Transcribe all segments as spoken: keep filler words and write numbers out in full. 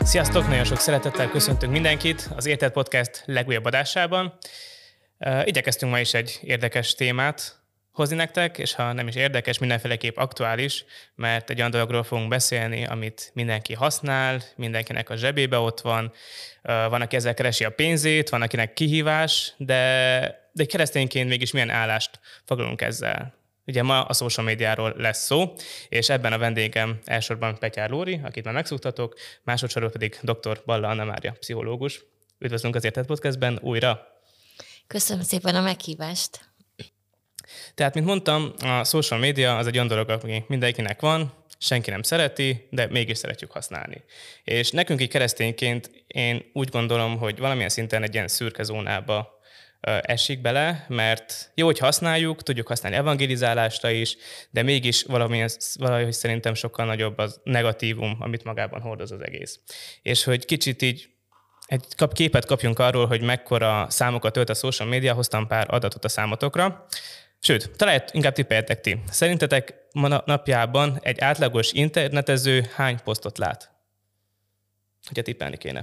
Sziasztok! Nagyon sok szeretettel köszöntünk mindenkit az Érted Podcast legújabb adásában. Igyekeztünk ma is egy érdekes témát hozni nektek, és ha nem is érdekes, mindenféleképp aktuális, mert egy olyan dologról fogunk beszélni, amit mindenki használ, mindenkinek a zsebébe ott van, van, aki ezzel keresi a pénzét, van, akinek kihívás, de, de keresztényként mégis milyen állást foglalunk ezzel. Ugye ma a social médiáról lesz szó, és ebben a vendégem elsősorban Petyár Lóri, akit már megszoktatok, másodszorban pedig dr. Balla Anna Mária, pszichológus. Üdvözlünk az Érted Podcastben újra! Köszönöm szépen a meghívást! Tehát, mint mondtam, a social media az egy olyan dolog, ami mindenkinek van, senki nem szereti, de mégis szeretjük használni. És nekünk így keresztényként én úgy gondolom, hogy valamilyen szinten egy ilyen szürke zónába esik bele, mert jó, hogy használjuk, tudjuk használni evangelizálásra is, de mégis valamilyen, valahogy szerintem sokkal nagyobb az negatívum, amit magában hordoz az egész. És hogy kicsit így egy képet kapjunk arról, hogy mekkora számokat tölt a social media, hoztam pár adatot a számotokra. Sőt, talán inkább tippeljetek ti. Szerintetek ma napjában egy átlagos internetező hány posztot lát? Hogyha tippelni kéne.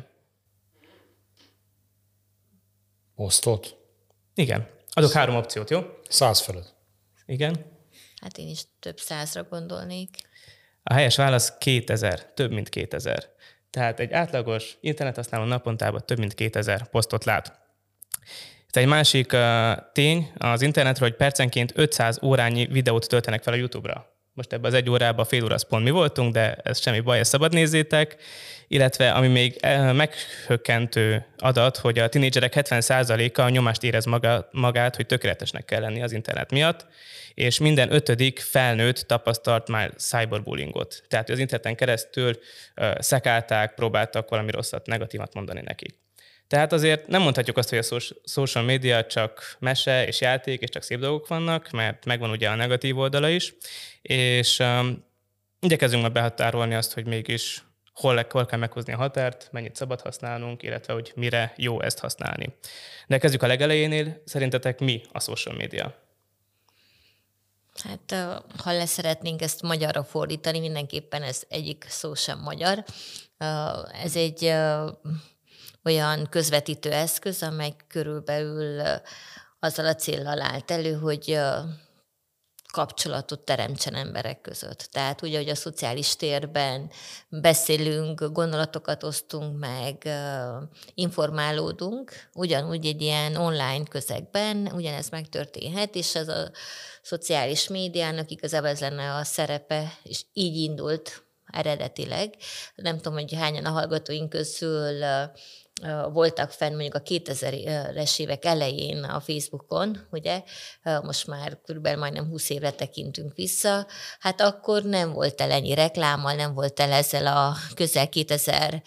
Posztot? Igen. Adok három opciót, jó? Száz fölött. Igen. Hát én is több százra gondolnék. A helyes válasz kétezer, több mint kétezer. Tehát egy átlagos internethasználó napontában több mint kétezer posztot lát. Ez egy másik uh, tény az internetről, hogy percenként ötszáz órányi videót töltenek fel a YouTube-ra. Most ebben az egy órában, fél óra, az pont mi voltunk, de ez semmi baj, ezt szabad nézzétek. Illetve, ami még meghökkentő adat, hogy a tinédzserek hetven százaléka nyomást érez maga, magát, hogy tökéletesnek kell lenni az internet miatt, és minden ötödik felnőtt tapasztalt már cyberbullyingot. Tehát az interneten keresztül uh, szekálták, próbáltak valami rosszat, negatívat mondani nekik. Tehát azért nem mondhatjuk azt, hogy a social media csak mese és játék, és csak szép dolgok vannak, mert megvan ugye a negatív oldala is, és um, igyekezünk meg behatárolni azt, hogy mégis hol, hol kell meghozni a határt, mennyit szabad használnunk, illetve hogy mire jó ezt használni. De kezdjük a legelejénél, szerintetek mi a social media? Hát ha leszeretnénk ezt magyarra fordítani, mindenképpen ez egyik szó sem magyar. Ez egy olyan közvetítő eszköz, amely körülbelül azzal a céllal állt elő, hogy kapcsolatot teremtsen emberek között. Tehát ugye, hogy a szociális térben beszélünk, gondolatokat osztunk meg, informálódunk, ugyanúgy egy ilyen online közegben ugyanez megtörténhet, és ez a szociális médiának igazából ez lenne a szerepe, és így indult eredetileg. Nem tudom, hogy hányan a hallgatóink közül voltak fenn mondjuk a kétezres évek elején a Facebookon, ugye, most már körülbelül majdnem húsz évre tekintünk vissza, hát akkor nem volt el ennyi reklámmal, nem volt el ezzel a közel kétezer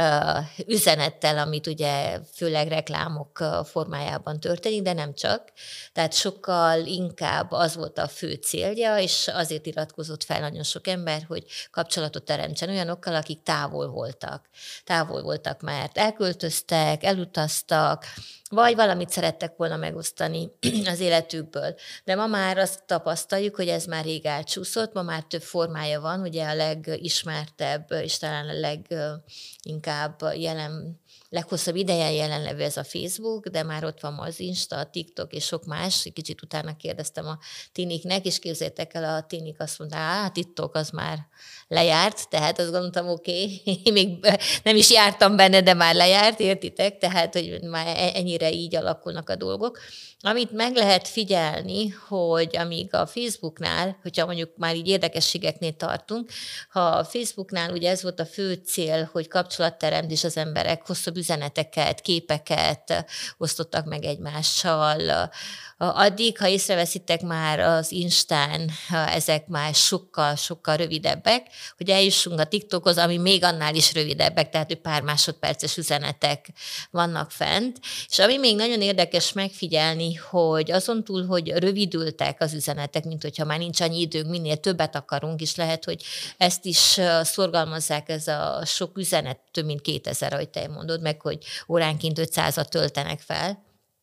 üzenettel, amit ugye főleg reklámok formájában történik, de nem csak. Tehát sokkal inkább az volt a fő célja, és azért iratkozott fel nagyon sok ember, hogy kapcsolatot teremtsen olyanokkal, akik távol voltak. Távol voltak, mert elköltöztek, elutaztak, vagy valamit szerettek volna megosztani az életükből. De ma már azt tapasztaljuk, hogy ez már rég elcsúszott, ma már több formája van, ugye a legismertebb, és talán a leginkább jelen, leghosszabb ideje jelenlevő ez a Facebook, de már ott van az Insta, a TikTok és sok más. Kicsit utána kérdeztem a tiniknek, és képzeljétek el, a tinik azt mondta, hát TikTok az már lejárt, tehát azt gondoltam, oké, okay, én még nem is jártam benne, de már lejárt, értitek? Tehát, hogy már ennyire így alakulnak a dolgok. Amit meg lehet figyelni, hogy amíg a Facebooknál, hogyha mondjuk már így érdekességeknél tartunk, ha a Facebooknál ugye ez volt a fő cél, hogy kapcsolatteremtés az emberek hosszabb üzeneteket, képeket osztottak meg egymással, addig, ha észreveszitek már az Instán, ezek már sokkal-sokkal rövidebbek, hogy eljussunk a TikTokhoz, ami még annál is rövidebbek, tehát hogy pár másodperces üzenetek vannak fent. És ami még nagyon érdekes megfigyelni, hogy azon túl, hogy rövidültek az üzenetek, mint hogyha már nincs annyi időnk, minél többet akarunk, és lehet, hogy ezt is szorgalmazzák, ez a sok üzenet, több mint kétezer, ahogy te mondod, meg hogy óránként ötszázat töltenek fel.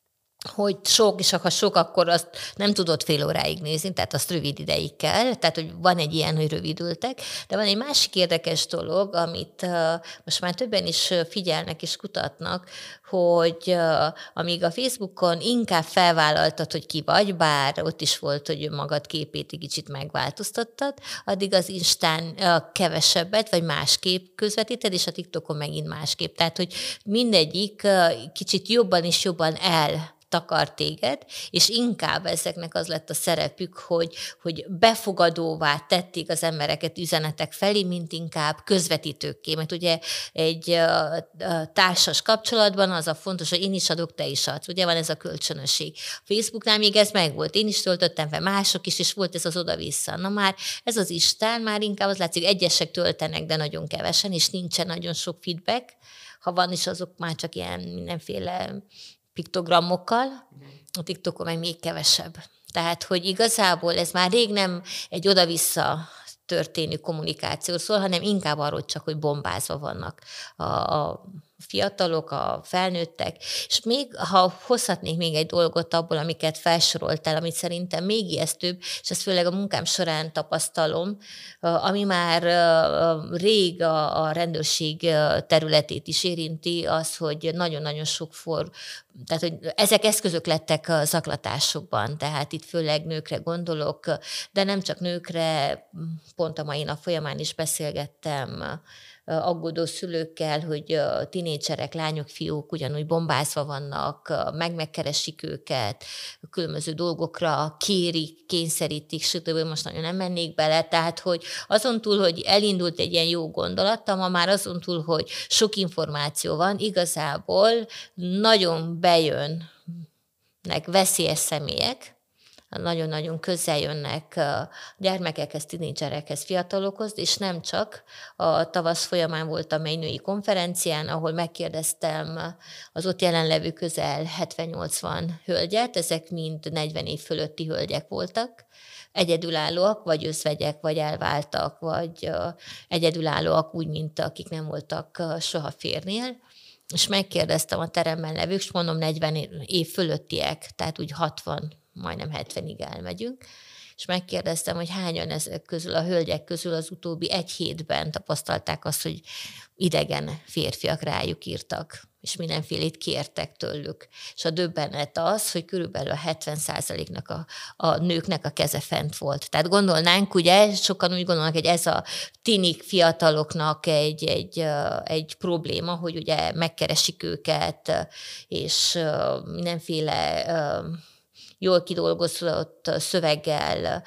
hogy sok, és ha sok, akkor azt nem tudod fél óráig nézni, tehát azt rövid ideig kell, tehát hogy van egy ilyen, hogy rövidültek, de van egy másik érdekes dolog, amit uh, most már többen is figyelnek és kutatnak, hogy uh, amíg a Facebookon inkább felvállaltad, hogy ki vagy, bár ott is volt, hogy magad képét egy kicsit megváltoztattad, addig az Instán uh, kevesebbet, vagy másképp közvetíted, és a TikTokon megint másképp. Tehát, hogy mindegyik uh, kicsit jobban és jobban el takar téged, és inkább ezeknek az lett a szerepük, hogy, hogy befogadóvá tették az embereket üzenetek felé, mint inkább közvetítőkké. Mert ugye egy uh, társas kapcsolatban az a fontos, hogy én is adok, te is adsz. Ugye van ez a kölcsönösség. Facebooknál még ez megvolt. Én is töltöttem fel, mások is, és volt ez az oda-vissza. Na már ez az Isten, már inkább az látszik, hogy egyesek töltenek, de nagyon kevesen, és nincsen nagyon sok feedback. Ha van is, azok már csak ilyen mindenféle piktogramokkal, a TikTokon meg még kevesebb. Tehát, hogy igazából ez már rég nem egy oda-vissza történő kommunikáció szól, hanem inkább arról csak, hogy bombázva vannak a, a fiatalok, a felnőttek, és még, ha hozhatnék még egy dolgot abból, amiket felsoroltál, amit szerintem még ijesztőbb, és ezt főleg a munkám során tapasztalom, ami már rég a, a rendőrség területét is érinti, az, hogy nagyon-nagyon sok for, tehát, hogy ezek eszközök lettek a zaklatásokban, tehát itt főleg nőkre gondolok, de nem csak nőkre, pont a mai nap folyamán is beszélgettem aggódó szülőkkel, hogy tinédzserek, lányok, fiúk ugyanúgy bombázva vannak, meg megkeresik őket, különböző dolgokra kérik, kényszerítik, stb. Most nagyon nem mennék bele, tehát, hogy azon túl, hogy elindult egy ilyen jó gondolattal, ma már azon túl, hogy sok információ van, igazából nagyon bejönnek veszélyes személyek, nagyon-nagyon közel jönnek gyermekekhez, tinédzserekhez, fiatalokhoz, és nem csak. A tavasz folyamán voltam egy női konferencián, ahol megkérdeztem az ott jelenlevő közel hetven-nyolcvan hölgyet, ezek mind negyven év fölötti hölgyek voltak, egyedülállóak, vagy özvegyek, vagy elváltak, vagy egyedülállóak úgy, mint akik nem voltak soha férnél, és megkérdeztem a teremben levők, és mondom negyven év fölöttiek, tehát úgy hatvan, majdnem hetvenig elmegyünk, és megkérdeztem, hogy hányan ezek közül, a hölgyek közül az utóbbi egy hétben tapasztalták azt, hogy idegen férfiak rájuk írtak, és mindenfélét kértek tőlük. És a döbbenet az, hogy körülbelül a hetven százaléknak a, a nőknek a keze fent volt. Tehát gondolnánk, ugye, sokan úgy gondolnak, hogy ez a tinik fiataloknak egy, egy, egy probléma, hogy ugye megkeresik őket, és mindenféle jól kidolgozott szöveggel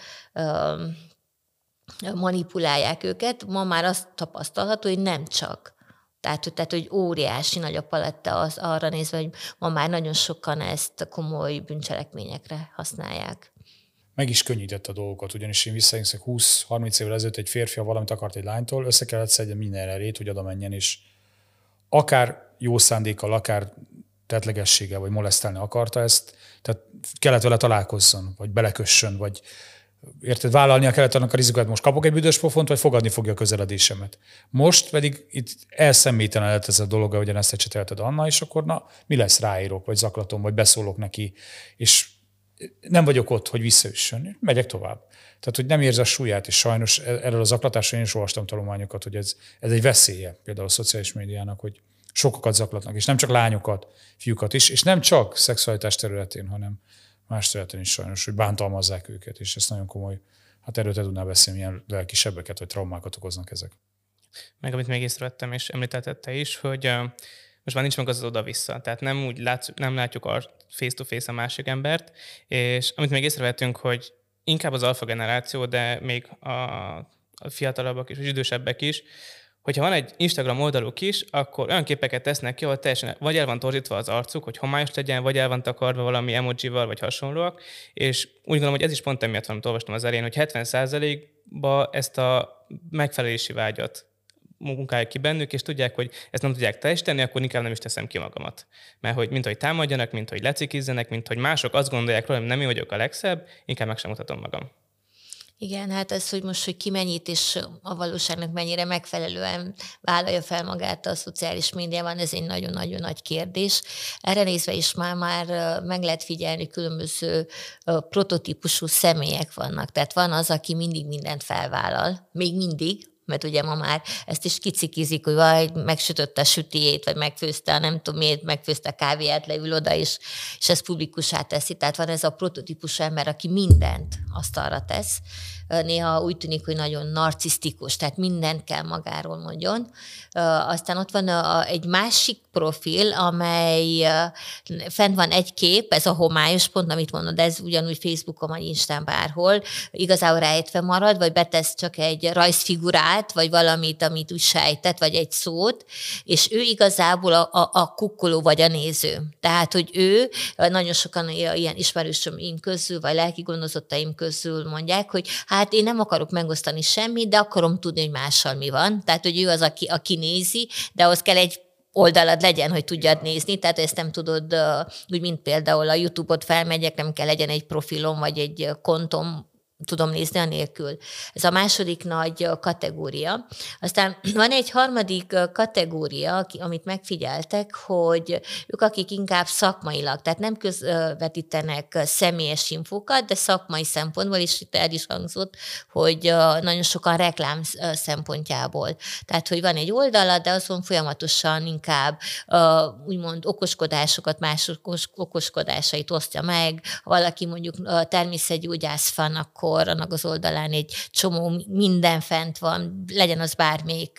manipulálják őket. Ma már azt tapasztalható, hogy nem csak. Tehát, tehát hogy óriási nagy a paletta az arra nézve, hogy ma már nagyon sokan ezt komoly bűncselekményekre használják. Meg is könnyített a dolgokat, ugyanis én visszahiszek húsz-harminc évvel ezelőtt egy férfi, ha valamit akart egy lánytól, össze kellett szedjen minden erét, hogy oda menjen, és akár jó szándékkal, akár tettlegességgel, vagy molesztálni akarta ezt, tehát kellett vele találkozzon, vagy belekössön, vagy érted, vállalnia kellett annak a rizikát, most kapok egy büdös pofont, vagy fogadni fogja a közeledésemet. Most pedig itt elszemítelen lett ez a dolog, ahogyan ezt ecsetelted Anna, és akkor na, mi lesz, ráírok, vagy zaklatom, vagy beszólok neki, és nem vagyok ott, hogy visszaüssön, megyek tovább. Tehát, hogy nem érzi a súlyát, és sajnos erről a zaklatásról én is olvastam tanulmányokat, hogy ez, ez egy veszélye például a szociális médiának, hogy sokakat zaklatnak, és nem csak lányokat, fiúkat is, és nem csak szexualitás területén, hanem más területen is sajnos, hogy bántalmazzák őket, és ez nagyon komoly, hát erről te tudnál beszélni, milyen lelki sebeket vagy traumákat okoznak ezek. Meg amit még észrevettem, és említetted te is, hogy uh, most már nincs meg az, az oda-vissza, tehát nem úgy látsz, nem látjuk a face-to-face a másik embert, és amit még észrevettünk, hogy inkább az alfa generáció, de még a, a fiatalabbak és az idősebbek is, hogyha van egy Instagram oldaluk is, akkor olyan képeket tesznek ki, ahol teljesen vagy el van torzítva az arcuk, hogy homályos legyen, vagy el van takarva valami emojival, vagy hasonlóak, és úgy gondolom, hogy ez is pont emiatt van, amit olvastam az elején, hogy hetven százalékban ezt a megfelelési vágyat munkálják ki bennük, és tudják, hogy ezt nem tudják teljesíteni, akkor inkább nem is teszem ki magamat. Mert hogy mint hogy támadjanak, mint hogy lecikizzenek, mint hogy mások azt gondolják róla, hogy nem én vagyok a legszebb, inkább meg sem mutatom magam. Igen, hát ez, hogy most, hogy ki mennyit és a valóságnak mennyire megfelelően vállalja fel magát a szociális médiában, ez egy nagyon-nagyon nagy kérdés. Erre nézve is már, már meg lehet figyelni, különböző prototípusú személyek vannak. Tehát van az, aki mindig mindent felvállal, még mindig, mert ugye ma már ezt is kicikizik, hogy vaj, megsütötte a sütijét, vagy megfőzte a nem tudom miért, megfőzte a kávéját, leül oda is, és ezt publikussá teszi. Tehát van ez a prototípusú ember, aki mindent asztalra tesz. Néha úgy tűnik, hogy nagyon narcisztikus, tehát mindent kell magáról mondjon. Aztán ott van egy másik profil, amely fent van egy kép, ez a homályos pont, amit mondod, ez ugyanúgy Facebookon vagy Instán bárhol, igazából rejtve marad, vagy betesz csak egy rajzfigurát, vagy valamit, amit úgy sejtett, vagy egy szót, és ő igazából a, a, a kukkoló vagy a néző. Tehát, hogy ő, nagyon sokan ilyen ismerősöim közül, vagy lelki gondozottaim közül mondják, hogy hát én nem akarok megosztani semmit, de akarom tudni, hogy mással mi van. Tehát, hogy ő az, aki, aki nézi, de ahhoz kell egy oldalad legyen, hogy tudjad nézni, tehát ezt nem tudod, úgy mint például a YouTube-ot felmegyek, nem kell legyen egy profilom, vagy egy kontom, tudom nézni anélkül. Ez a második nagy kategória. Aztán van egy harmadik kategória, amit megfigyeltek, hogy ők, akik inkább szakmailag, tehát nem közvetítenek személyes infókat, de szakmai szempontból, és itt el is hangzott, hogy nagyon sokan reklám szempontjából. Tehát, hogy van egy oldala, de azon folyamatosan inkább úgymond okoskodásokat, mások okoskodásait osztja meg. Ha valaki mondjuk természetgyógyász fan, akkor akkor annak az oldalán egy csomó minden fent van, legyen az bármelyik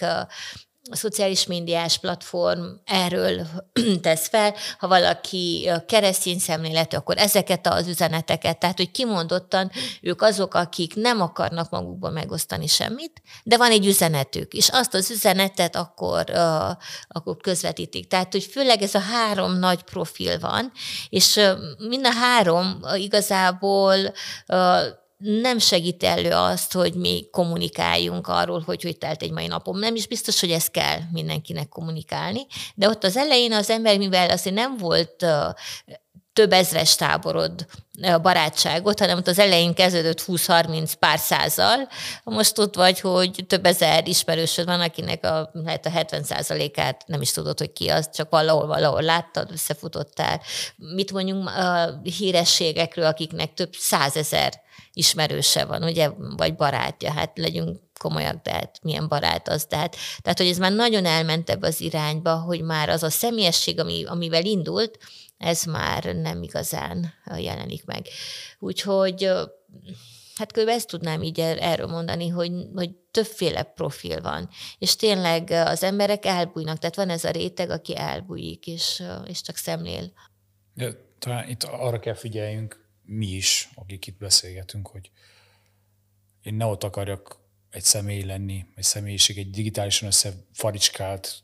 a szociális médiás platform erről tesz fel, ha valaki keresztény szemléletű, akkor ezeket az üzeneteket, tehát hogy kimondottan ők azok, akik nem akarnak magukban megosztani semmit, de van egy üzenetük, és azt az üzenetet akkor, uh, akkor közvetítik. Tehát, hogy főleg ez a három nagy profil van, és uh, mind a három uh, igazából uh, nem segít elő azt, hogy mi kommunikáljunk arról, hogy hogy telt egy mai napom. Nem is biztos, hogy ezt kell mindenkinek kommunikálni, de ott az elején az ember, mivel azért nem volt uh, több ezres táborod uh, barátságot, hanem ott az elején kezdődött húsz-harminc pár százal, most ott vagy, hogy több ezer ismerősöd van, akinek a, lehet a hetven százalékát nem is tudod, hogy ki az, csak valahol, valahol láttad, összefutottál. Mit mondjunk uh, hírességekről, akiknek több százezer ismerőse van, ugye, vagy barátja, hát legyünk komolyak, de hát milyen barát az, tehát, tehát, hogy ez már nagyon elment ebbe az irányba, hogy már az a személyesség, ami, amivel indult, ez már nem igazán jelenik meg. Úgyhogy hát kb. Ezt tudnám így erről mondani, hogy, hogy többféle profil van, és tényleg az emberek elbújnak, tehát van ez a réteg, aki elbújik, és, és csak szemlél. De talán itt arra kell figyeljünk, mi is, akik itt beszélgetünk, hogy én ne ott akarjak egy személy lenni, egy személyiség, egy digitálisan összefaricskált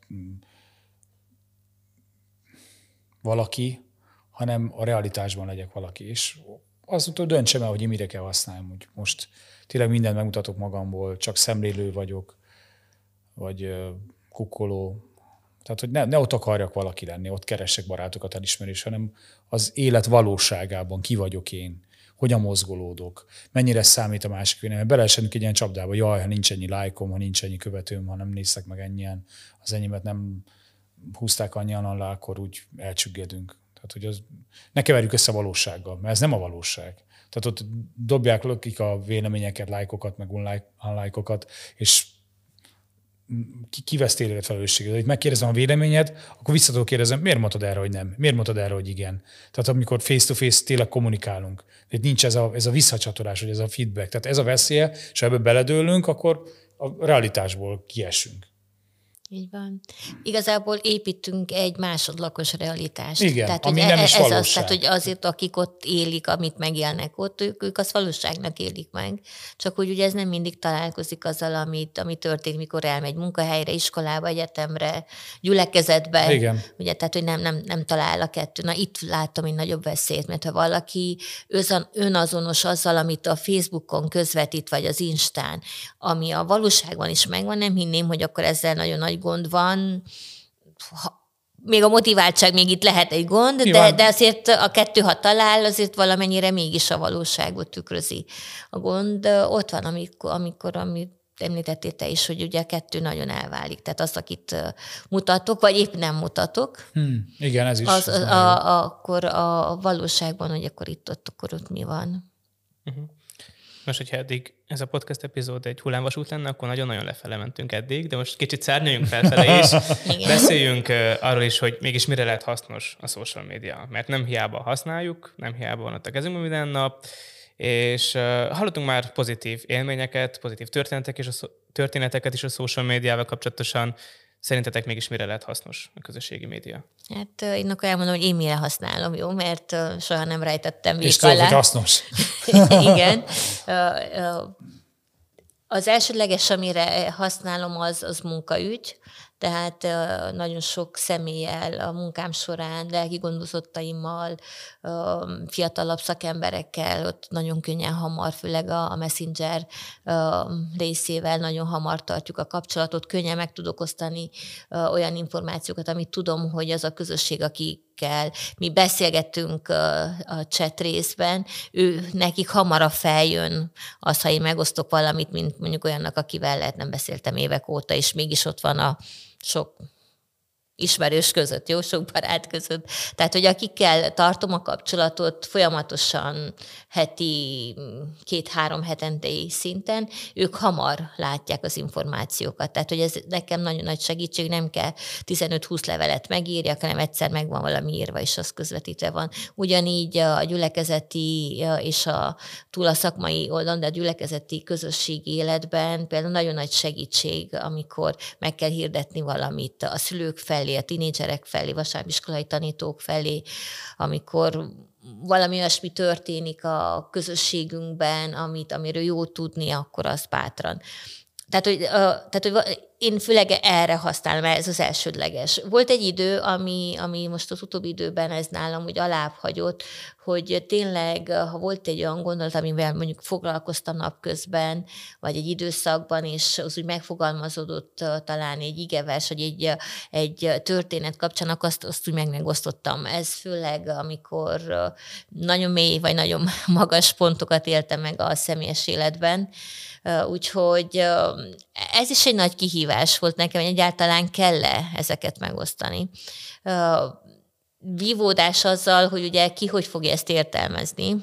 valaki, hanem a realitásban legyek valaki. És azután döntsem el, hogy én mire kell használni. Hogy most tényleg mindent megmutatok magamból, csak szemlélő vagyok, vagy kukkoló. Tehát, hogy ne, ne ott akarjak valaki lenni, ott keressek barátokat, elismerés, hanem az élet valóságában ki vagyok én, hogyan mozgolódok, mennyire számít a másik vélemény. Beleesünk egy ilyen csapdába, jaj, ha nincs ennyi lájkom, ha nincs ennyi követőm, ha nem néztek meg ennyien, az enyémet nem húzták annyian alá, akkor úgy elcsüggedünk. Tehát, hogy az, ne keverjük össze a valósággal, mert ez nem a valóság. Tehát ott dobják lakik a véleményeket, lájkokat, meg unlájkokat, és kivesz tényleg a felelősséget. Ha megkérdezem a véleményed, akkor vissza tudok kérdezni, miért mondtad erre, hogy nem? Miért mondtad erre, hogy igen? Tehát amikor face-to-face tényleg kommunikálunk, tehát nincs ez a, ez a visszacsatolás, vagy ez a feedback. Tehát ez a veszélye, és ha ebbe beledőlünk, akkor a realitásból kiesünk. Így van. Igazából építünk egy másodlagos realitást. Igen, tehát, ami hogy nem e- is ez valóság. az, tehát, hogy azért, akik ott élik, amit megélnek ott, ők, ők azt valóságnak élik meg. Csak hogy ugye ez nem mindig találkozik azzal, amit, ami történik, mikor elmegy munkahelyre, iskolába, egyetemre, gyülekezetbe. Igen. Ugye, tehát, hogy nem, nem, nem talál a kettő. Na, itt látom egy nagyobb veszélyt, mert ha valaki önazonos azzal, amit a Facebookon közvetít, vagy az Instán, ami a valóságban is megvan, nem hinném, hogy akkor ezzel nagyon nagy gond van, ha, még a motiváltság még itt lehet egy gond, de, de azért a kettő, ha talál, azért valamennyire mégis a valóságot tükrözi. A gond ott van, amikor, amikor amit említettél te is, hogy ugye a kettő nagyon elválik. Tehát azt, akit mutatok, vagy épp nem mutatok. Hmm, igen, ez is. Az, ez a, a, akkor a valóságban, hogy akkor itt ott, akkor ott mi van. Uh-huh. Most, hogyha eddig ez a podcast epizód egy hullámvasút lenne, akkor nagyon-nagyon lefele mentünk eddig, de most kicsit szárnyaljunk felfele, és beszéljünk arról is, hogy mégis mire lehet hasznos a social media. Mert nem hiába használjuk, nem hiába van ott a kezünkben minden nap, és uh, hallottunk már pozitív élményeket, pozitív történetek és a szó, történeteket is a social médiával kapcsolatosan. Szerintetek mégis mire lehet hasznos a közösségi média? Hát én akkor elmondom, hogy én mire használom, jó? Mert uh, soha nem rejtettem vék és tudod, alá. hogy hasznos. Igen. Uh, uh, az elsődleges, amire használom, az, az munkaügy. Tehát uh, nagyon sok személlyel a munkám során, lelki gondozottaimmal, uh, fiatalabb szakemberekkel, ott nagyon könnyen hamar, főleg a, a Messenger uh, részével nagyon hamar tartjuk a kapcsolatot, könnyen meg tudok osztani uh, olyan információkat, amit tudom, hogy az a közösség, akikkel mi beszélgettünk uh, a chat részben, ő nekik hamarabb feljön az, ha én megosztok valamit, mint mondjuk olyannak, akivel lehet nem beszéltem évek óta, és mégis ott van a sok ismerős között, jó, sok barát között. Tehát, hogy akikkel tartom a kapcsolatot folyamatosan heti, két-három hetentei szinten, ők hamar látják az információkat. Tehát, hogy ez nekem nagyon nagy segítség, nem kell tizenöt-húsz levelet megírjak, hanem egyszer megvan valami írva, és az közvetítve van. Ugyanígy a gyülekezeti és a túl a szakmai oldalon, de a gyülekezeti közösségi életben például nagyon nagy segítség, amikor meg kell hirdetni valamit a szülők felé, a tinédzserek felé, vasárnapiskolai tanítók felé, amikor valami olyasmi történik a közösségünkben, amit, amiről jó tudni, akkor az bátran. Tehát, hogy, tehát, hogy én főleg erre használom, ez az elsődleges. Volt egy idő, ami, ami most az utóbbi időben ez nálam úgy alább hagyott, hogy tényleg, ha volt egy olyan gondolat, amivel mondjuk foglalkoztam napközben, vagy egy időszakban, és az úgy megfogalmazódott talán egy igevers, vagy egy, egy történet kapcsán, akkor azt, azt úgy meg megosztottam. Ez főleg, amikor nagyon mély, vagy nagyon magas pontokat éltem meg a személyes életben. Úgyhogy ez is egy nagy kihívás volt nekem, hogy egyáltalán kell-e ezeket megosztani. Vívódás azzal, hogy ugye ki hogy fogja ezt értelmezni.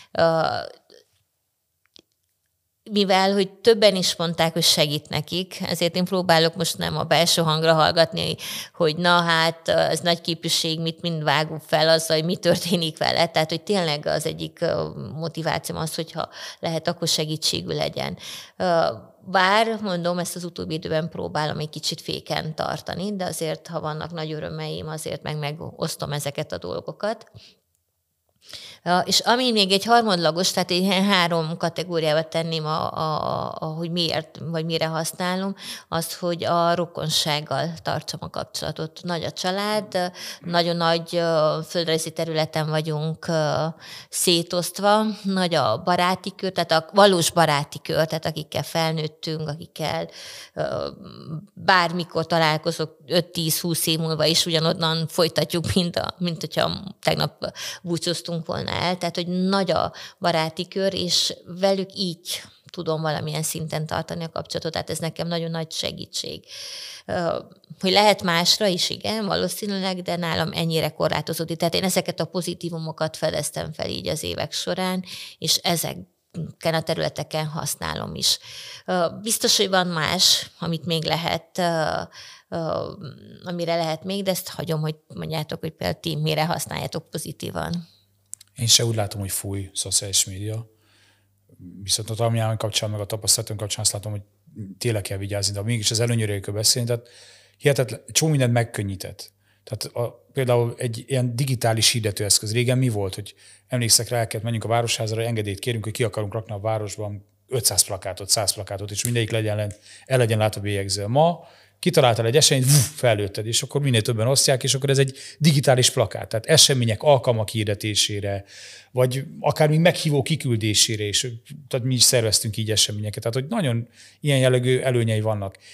Mivel, hogy többen is mondták, hogy segít nekik, ezért én próbálok most nem a belső hangra hallgatni, hogy na hát, ez nagy képűség, mit mind vágunk fel azzal, hogy mi történik vele. Tehát, hogy tényleg az egyik motivációm az, hogyha lehet, akkor segítségül legyen. Bár, mondom, ezt az utóbbi időben próbálom egy kicsit féken tartani, de azért, ha vannak nagy örömeim, azért meg megosztom ezeket a dolgokat. És ami még egy harmadlagos, tehát én három kategóriába tenném, a, a, a, hogy miért, vagy mire használom, az, hogy a rokonsággal tartsam a kapcsolatot. Nagy a család, nagyon nagy földrajzi területen vagyunk szétosztva, nagy a baráti kör, tehát a valós baráti kör, tehát akikkel felnőttünk, akikkel bármikor találkozok öt-tíz-húsz év múlva is ugyanonnan folytatjuk, mint, a, mint hogyha tegnap búcsúztunk volna el. Tehát, hogy nagy a baráti kör, és velük így tudom valamilyen szinten tartani a kapcsolatot. Tehát ez nekem nagyon nagy segítség. Hogy lehet másra is, igen, valószínűleg, de nálam ennyire korlátozódik. Tehát én ezeket a pozitívumokat fedeztem fel így az évek során, és ezek a területeken használom is. Biztos, hogy van más, amit még lehet, amire lehet még, de ezt hagyom, hogy mondjátok, hogy például ti mire használjátok pozitívan. Én se úgy látom, hogy fúj szociális média. Viszont a tanulmányom kapcsán, meg a tapasztalatom kapcsán azt látom, hogy tényleg kell vigyázni, de mégis az előnyöréről beszélni. Tehát hihetetlen, csomó mindent megkönnyített. Tehát a, például egy ilyen digitális hirdetőeszköz. Régen mi volt, hogy emlékszek rá, kellett menjünk a városházra, engedélyt kérünk, hogy ki akarunk rakni a városban ötszáz plakátot, száz plakátot, és mindegyik legyen, el legyen látva bélyegző. Ma kitaláltál egy eseményt, fellőtted, és akkor minél többen osztják, és akkor ez egy digitális plakát. Tehát események, alkalmak hirdetésére, vagy akár még meghívó kiküldésére is. Tehát mi is szerveztünk így eseményeket. Tehát, hogy nagyon ilyen jellegű előnyei vannak.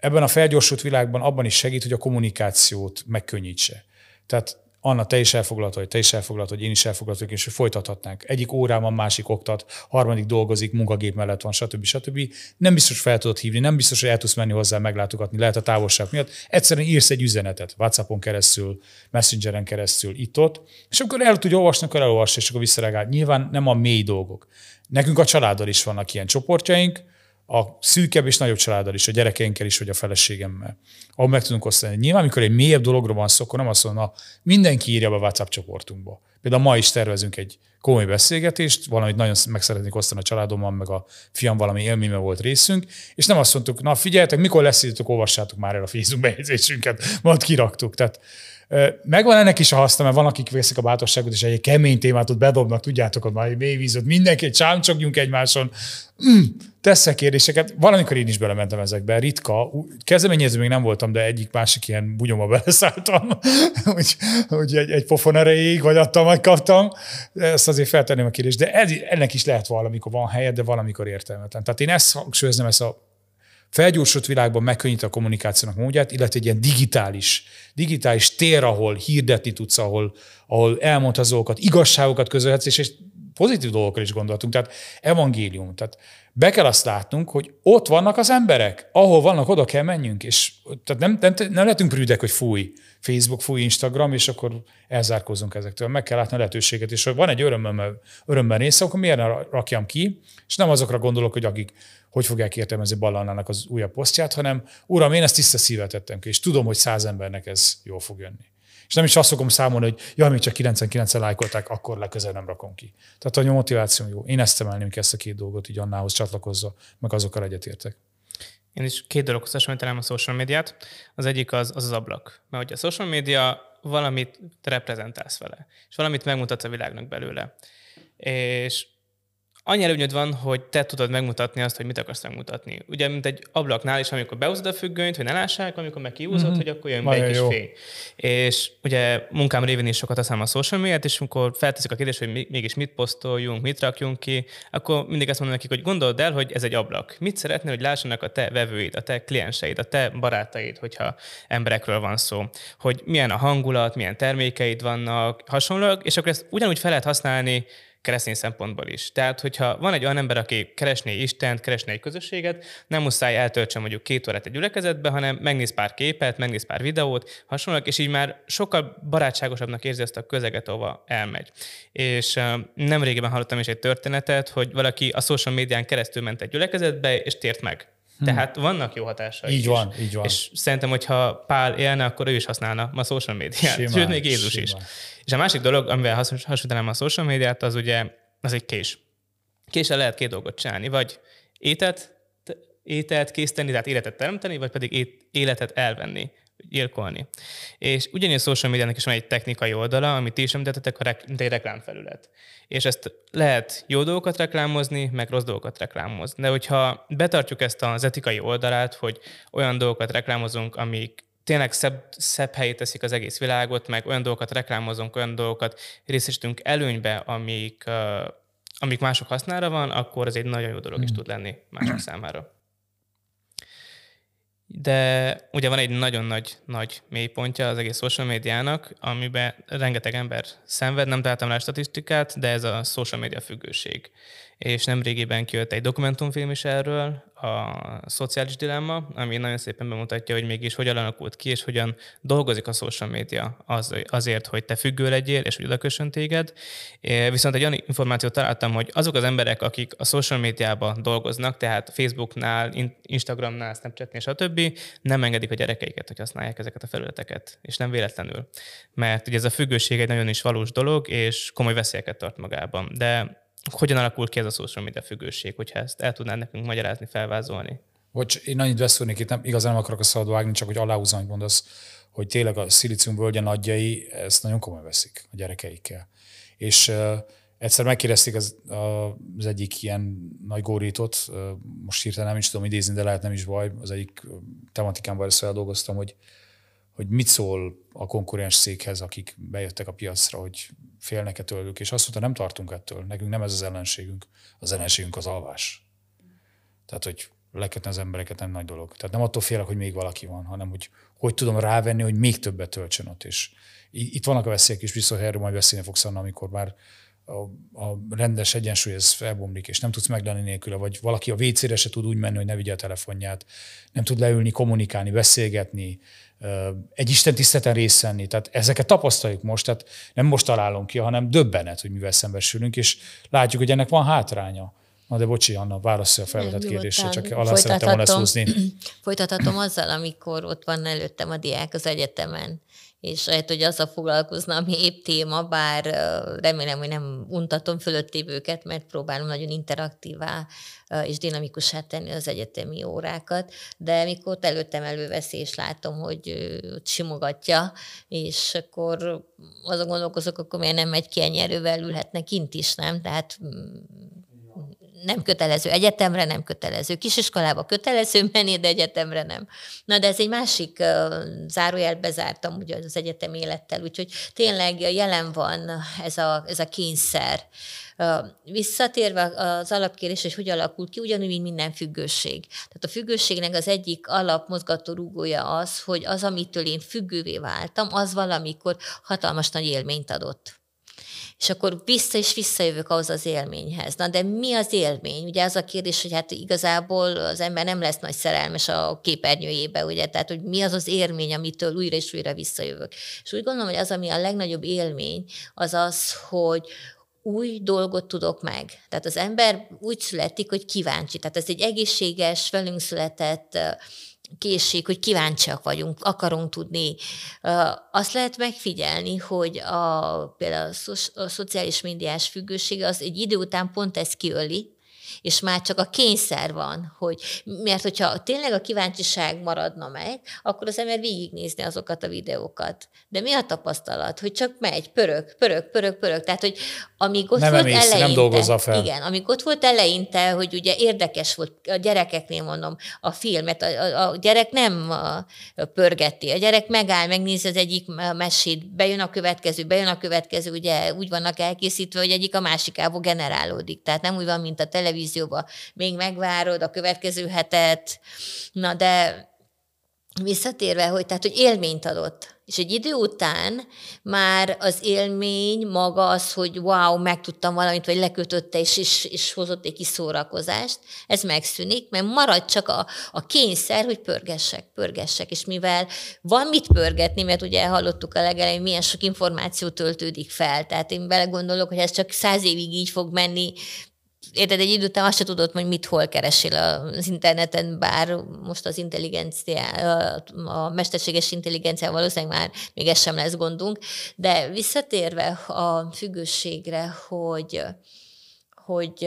ebben a felgyorsult világban abban is segít, hogy a kommunikációt megkönnyítse. Tehát Anna, te is elfoglalt vagy, te is elfoglalt vagy, én is elfoglalt vagyok, és folytathatnánk. Egyik órán van, másik oktat, harmadik dolgozik, munkagép mellett van, stb. stb. Nem biztos fel tudod hívni, nem biztos, hogy el tudsz menni hozzá meglátogatni, lehet a távolság miatt. Egyszerűen írsz egy üzenetet, WhatsAppon keresztül, Messengeren keresztül, itt-ott, és akkor el tudja olvasni, akkor elolvassa, és akkor visszareagál. Nyilván nem a mély dolgok. Nekünk a családdal is vannak ilyen csoportjaink, a szűkebb és nagyobb családdal is, a gyerekeinkkel is, vagy a feleségemmel. Ahol meg tudunk osztani. Nyilván, amikor egy mélyebb dologról van szó, akkor nem azt mondom, na, mindenki írja be a WhatsApp csoportunkba. Például ma is tervezünk egy komoly beszélgetést, valamit nagyon meg szeretnék osztani a családommal, meg a fiam valami élményben volt részünk, és nem azt mondtuk, na figyeljetek, mikor lesz időtök, olvassátok már el a Facebook bejegyzésünket, majd kiraktuk. Tehát megvan ennek is a haszna, mert van, akik veszik a bátorságot, és egy kemény témát ott bedobnak, tudjátok, ott már egy mélyvízot, mindenki, csámcsogjunk egymáson, mm, teszek kérdéseket. Valamikor én is belementem ezekbe, ritka. Kezdeményező még nem voltam, de egyik másik ilyen bugyomba beleszálltam, hogy, hogy egy, egy pofon erejéig, vagy adtam, vagy kaptam. Ezt azért feltenném a kérdést, de ez, ennek is lehet valamikor van helye, de valamikor értelmetlen. Tehát én ezt hangsúlyoznám, ezt a felgyorsult világban megkönnyít a kommunikációnak módját, illetve egy ilyen digitális, digitális tér, ahol hirdetni tudsz, ahol, ahol elmondhatsz dolgokat, igazságokat közölhetsz, és, és pozitív dolgokra is gondoltunk. Tehát evangélium. Tehát be kell azt látnunk, hogy ott vannak az emberek, ahol vannak, oda kell menjünk. És tehát nem, nem, nem lehetünk prűdek, hogy fúj Facebook, fúj Instagram, és akkor elzárkózunk ezektől. Meg kell látni a lehetőséget, és ha van egy örömmel, örömmel része, akkor miért ne rakjam ki, és nem azokra gondolok, hogy akik hogy fogják értelmezni Ballannának az újabb posztját, hanem uram, én ezt tiszta szívvel tettem ki, és tudom, hogy száz embernek ez jól fog jönni. És nem is azt szokom számolni, hogy jaj, még csak kilencvenkilencen lájkolták, akkor legközelebb nem rakom ki. Tehát a motiváció jó. Én ezt emelném ki, ezt a két dolgot, így Annához csatlakozva, meg azokkal egyetértek. Én is két dologhoz hasonlítanám a social médiát. Az egyik az az, az ablak. Mert hogy a social média valamit reprezentálsz vele, és valamit megmutatsz a világnak belőle. És annyi előnyöd van, hogy te tudod megmutatni azt, hogy mit akarsz megmutatni. Ugye, mint egy ablaknál is, amikor behúzod a függönyt, hogy ne lássák, amikor meg kihúzod, mm-hmm. hogy akkor jön be egy kis fény. És ugye munkám révén is sokat használom a social médiát, és amikor felteszik a kérdést, hogy mégis mit posztoljunk, mit rakjunk ki, akkor mindig azt mondom nekik, hogy gondold el, hogy ez egy ablak. Mit szeretnél, hogy lássanak a te vevőid, a te klienseid, a te barátaid, hogyha emberekről van szó, hogy milyen a hangulat, milyen termékeid vannak, hasonlóak, és akkor ezt ugyanúgy fel lehet használni keresztény szempontból is. Tehát, hogyha van egy olyan ember, aki keresné Istent, keresné egy közösséget, nem muszáj eltöltsön mondjuk két órát egy gyülekezetbe, hanem megnéz pár képet, megnéz pár videót, hasonlóak, és így már sokkal barátságosabbnak érzi ezt a közeget, ahova elmegy. És uh, nemrégiben hallottam is egy történetet, hogy valaki a social médián keresztül ment egy gyülekezetbe, és tért meg. Hmm. Tehát vannak jó hatásai. Így is. van, így van. És szerintem, hogyha Pál élne, akkor ő is használna a social médiát. Simán, sőt, még Jézus simán. is. És a másik dolog, amivel hasonlítanám a social médiát, az ugye az egy kés. Késsel lehet két dolgot csinálni, vagy ételt, ételt készíteni, tehát életet teremteni, vagy pedig ét, életet elvenni, írkolni. És ugyanilyen social médiának is van egy technikai oldala, amit ti is említettetek, mint egy reklámfelület. És ezt lehet jó dolgokat reklámozni, meg rossz dolgokat reklámozni. De hogyha betartjuk ezt az etikai oldalát, hogy olyan dolgokat reklámozunk, amik tényleg szebb, szebb helyét teszik az egész világot, meg olyan dolgokat reklámozunk, olyan dolgokat részesítünk előnybe, amik, uh, amik mások hasznára van, akkor ez egy nagyon jó dolog is tud lenni mások számára. De ugye van egy nagyon nagy, nagy mélypontja az egész social médiának, amiben rengeteg ember szenved, nem találtam rá statisztikát, de ez a social media függőség. És nemrégiben kijött egy dokumentumfilm is erről, a Szociális Dilemma, ami nagyon szépen bemutatja, hogy mégis hogyan alakult ki, és hogyan dolgozik a social media az, azért, hogy te függő legyél, és hogy odakössön téged. Viszont egy olyan információt találtam, hogy azok az emberek, akik a social médiában dolgoznak, tehát Facebooknál, Instagramnál, Snapchatnél, stb., nem engedik a gyerekeiket, hogy használják ezeket a felületeket, és nem véletlenül. Mert ugye ez a függőség egy nagyon is valós dolog, és komoly veszélyeket tart magában. De hogyan alakul ki ez a social media függőség, hogyha ezt el tudnád nekünk magyarázni, felvázolni? Bocs, én annyit beszélnék, itt nem, igazán nem akarok a szabad vágni, csak hogy aláhúzom, hogy mondasz, hogy tényleg a szilícium völgye nagyjai ezt nagyon komolyan veszik a gyerekeikkel. És uh, egyszer megkérdezték az, az egyik ilyen nagy górítót, uh, most hirtelen nem is tudom idézni, de lehet nem is baj, az egyik tematikámban ezt dolgoztam, hogy hogy mit szól a konkurens céghez, akik bejöttek a piacra, hogy félnek-e tőlük, és azt mondta, nem tartunk ettől, nekünk nem ez az ellenségünk, az ellenségünk az alvás. Tehát, hogy lekötni az embereket nem nagy dolog. Tehát nem attól félek, hogy még valaki van, hanem hogy hogy tudom rávenni, hogy még többet töltsön ott is. Itt vannak a veszélyek is, biztos, hogy erről majd beszélni fogsz, Anna, amikor már a, a rendes egyensúly ez felbomlik, és nem tudsz meglenni nélküle, vagy valaki a vécére se tud úgy menni, hogy ne vigye a telefonját, nem tud leülni, kommunikálni, beszélgetni, egy istentiszteleten részt venni. Tehát ezeket tapasztaljuk most, tehát nem most találunk ki, hanem döbbenet, hogy mivel szembesülünk, és látjuk, hogy ennek van hátránya. Na de bocsi, Anna, válaszolja a felvetett kérdésre, csak alá szerettem volna ezt húzni. Folytathatom azzal, amikor ott van előttem a diák az egyetemen, és lehet, hogy azzal foglalkozna, ami épp téma, bár remélem, hogy nem untatom fölöttébb őket, mert próbálom nagyon interaktívá és dinamikussá tenni az egyetemi órákat, de mikor előttem előveszi, és látom, hogy simogatja, és akkor azon gondolkozok, akkor miért nem egy kienyerővel ülhetne kint is, nem? Tehát nem kötelező egyetemre, nem kötelező kisiskolába kötelező menni, de egyetemre nem. Na, de ez egy másik uh, zárójelt bezártam ugye az egyetem élettel, úgyhogy tényleg jelen van ez a, ez a kényszer. Uh, visszatérve az alapkérdés, hogy hogy alakul ki, ugyanúgy, mint minden függőség. Tehát a függőségnek az egyik alapmozgató rúgója az, hogy az, amitől én függővé váltam, az valamikor hatalmas nagy élményt adott. És akkor vissza és visszajövök ahhoz az élményhez. Na, de mi az élmény? Ugye az a kérdés, hogy hát igazából az ember nem lesz nagy szerelmes a képernyőjébe, ugye? Tehát, hogy mi az az élmény, amitől újra és újra visszajövök. És úgy gondolom, hogy az, ami a legnagyobb élmény, az az, hogy új dolgot tudok meg. Tehát az ember úgy születik, hogy kíváncsi. Tehát ez egy egészséges, velünk született készség, hogy kíváncsiak vagyunk, akarunk tudni. Azt lehet megfigyelni, hogy a, például a, szo- a szociális médiás függőség az egy idő után pont ezt kiöli, és már csak a kényszer van, hogy, mert hogyha tényleg a kíváncsiság maradna meg, akkor az ember végignézni azokat a videókat. De mi a tapasztalat? Hogy csak megy, pörög, pörög, pörög, pörög. Tehát, hogy amíg ott nem volt emész, eleinte, nem dolgozza fel. Igen, amíg ott volt eleinte, hogy ugye érdekes volt, a gyerekeknél mondom, a filmet, a, a, a gyerek nem a, a pörgeti, a gyerek megáll, megnézi az egyik mesét, bejön a következő, bejön a következő, ugye úgy vannak elkészítve, hogy egyik a másikából generálódik. Tehát nem úgy van, mint a televízióban, még megvárod a következő hetet, na de visszatérve, hogy, tehát, hogy élményt adott. És egy idő után már az élmény maga az, hogy wow, megtudtam valamit, vagy lekötötte, és, és, és hozott egy kis szórakozást, ez megszűnik, mert marad csak a, a kényszer, hogy pörgessek, pörgessek, és mivel van mit pörgetni, mert ugye hallottuk a legelején, milyen sok információ töltődik fel, tehát én belegondolok, hogy ez csak száz évig így fog menni, érted, egy idő után azt se tudod, hogy mit hol keresél az interneten, bár most az intelligencia, a mesterséges intelligencia valószínűleg már még ez sem lesz gondunk, de visszatérve a függőségre, hogy, hogy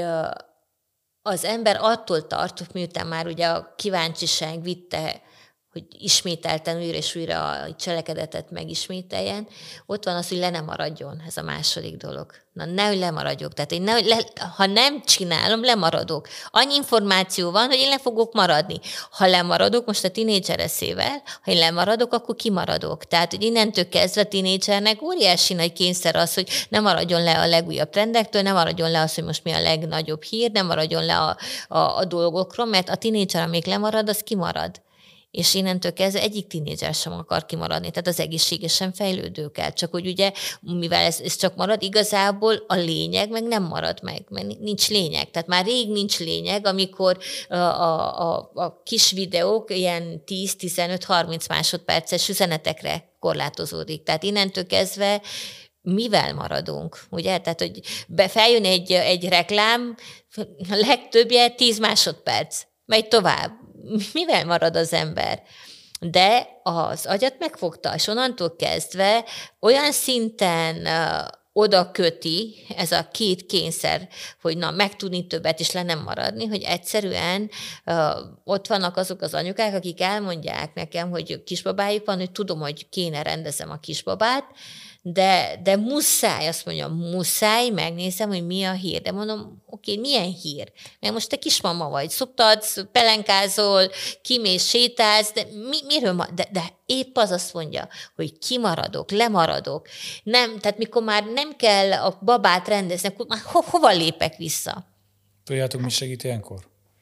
az ember attól tart, miután már ugye a kíváncsiság vitte, hogy ismételten újra és újra a cselekedetet megismételjen, ott van az, hogy le nem maradjon, ez a második dolog. Na, nehogy lemaradjok. Tehát én nehogy le, ha nem csinálom, lemaradok. Annyi információ van, hogy én le fogok maradni. Ha lemaradok, most a tinédzser eszével, ha én lemaradok, akkor kimaradok. Tehát, hogy innentől kezdve a tinédzsernek óriási nagy kényszer az, hogy ne maradjon le a legújabb trendektől, ne maradjon le az, hogy most mi a legnagyobb hír, ne maradjon le a, a, a dolgokról, mert a tinédzser, amíg lemarad, az kimarad. És innentől kezdve egyik tínédzser sem akar kimaradni, tehát az egészségesen fejlődő kell. Csak hogy ugye, mivel ez, ez csak marad, igazából a lényeg meg nem marad meg, mert nincs lényeg. Tehát már rég nincs lényeg, amikor a, a, a, a kis videók ilyen tíz, tizenöt, harminc másodperces üzenetekre korlátozódik. Tehát innentől kezdve mivel maradunk, ugye? Tehát, hogy feljön egy, egy reklám, a legtöbbje tíz másodperc, megy tovább. Mivel marad az ember? De az agyat megfogta, és onnantól kezdve olyan szinten uh, oda köti ez a két kényszer, hogy na, megtudni többet, és le nem maradni, hogy egyszerűen uh, ott vannak azok az anyukák, akik elmondják nekem, hogy kisbabájuk van, hogy tudom, hogy kéne rendezem a kisbabát, de, de muszáj, azt mondja, muszáj, megnézem, hogy mi a hír. De mondom, oké, okay, milyen hír? Mert most te kismama vagy, szoptatsz, pelenkázol, kimész, sétálsz, de mi, miről ma? De, de épp az azt mondja, hogy kimaradok, lemaradok. Nem, tehát mikor már nem kell a babát rendezni, akkor már ho, hova lépek vissza? Tudjátok, mi segít ilyenkor?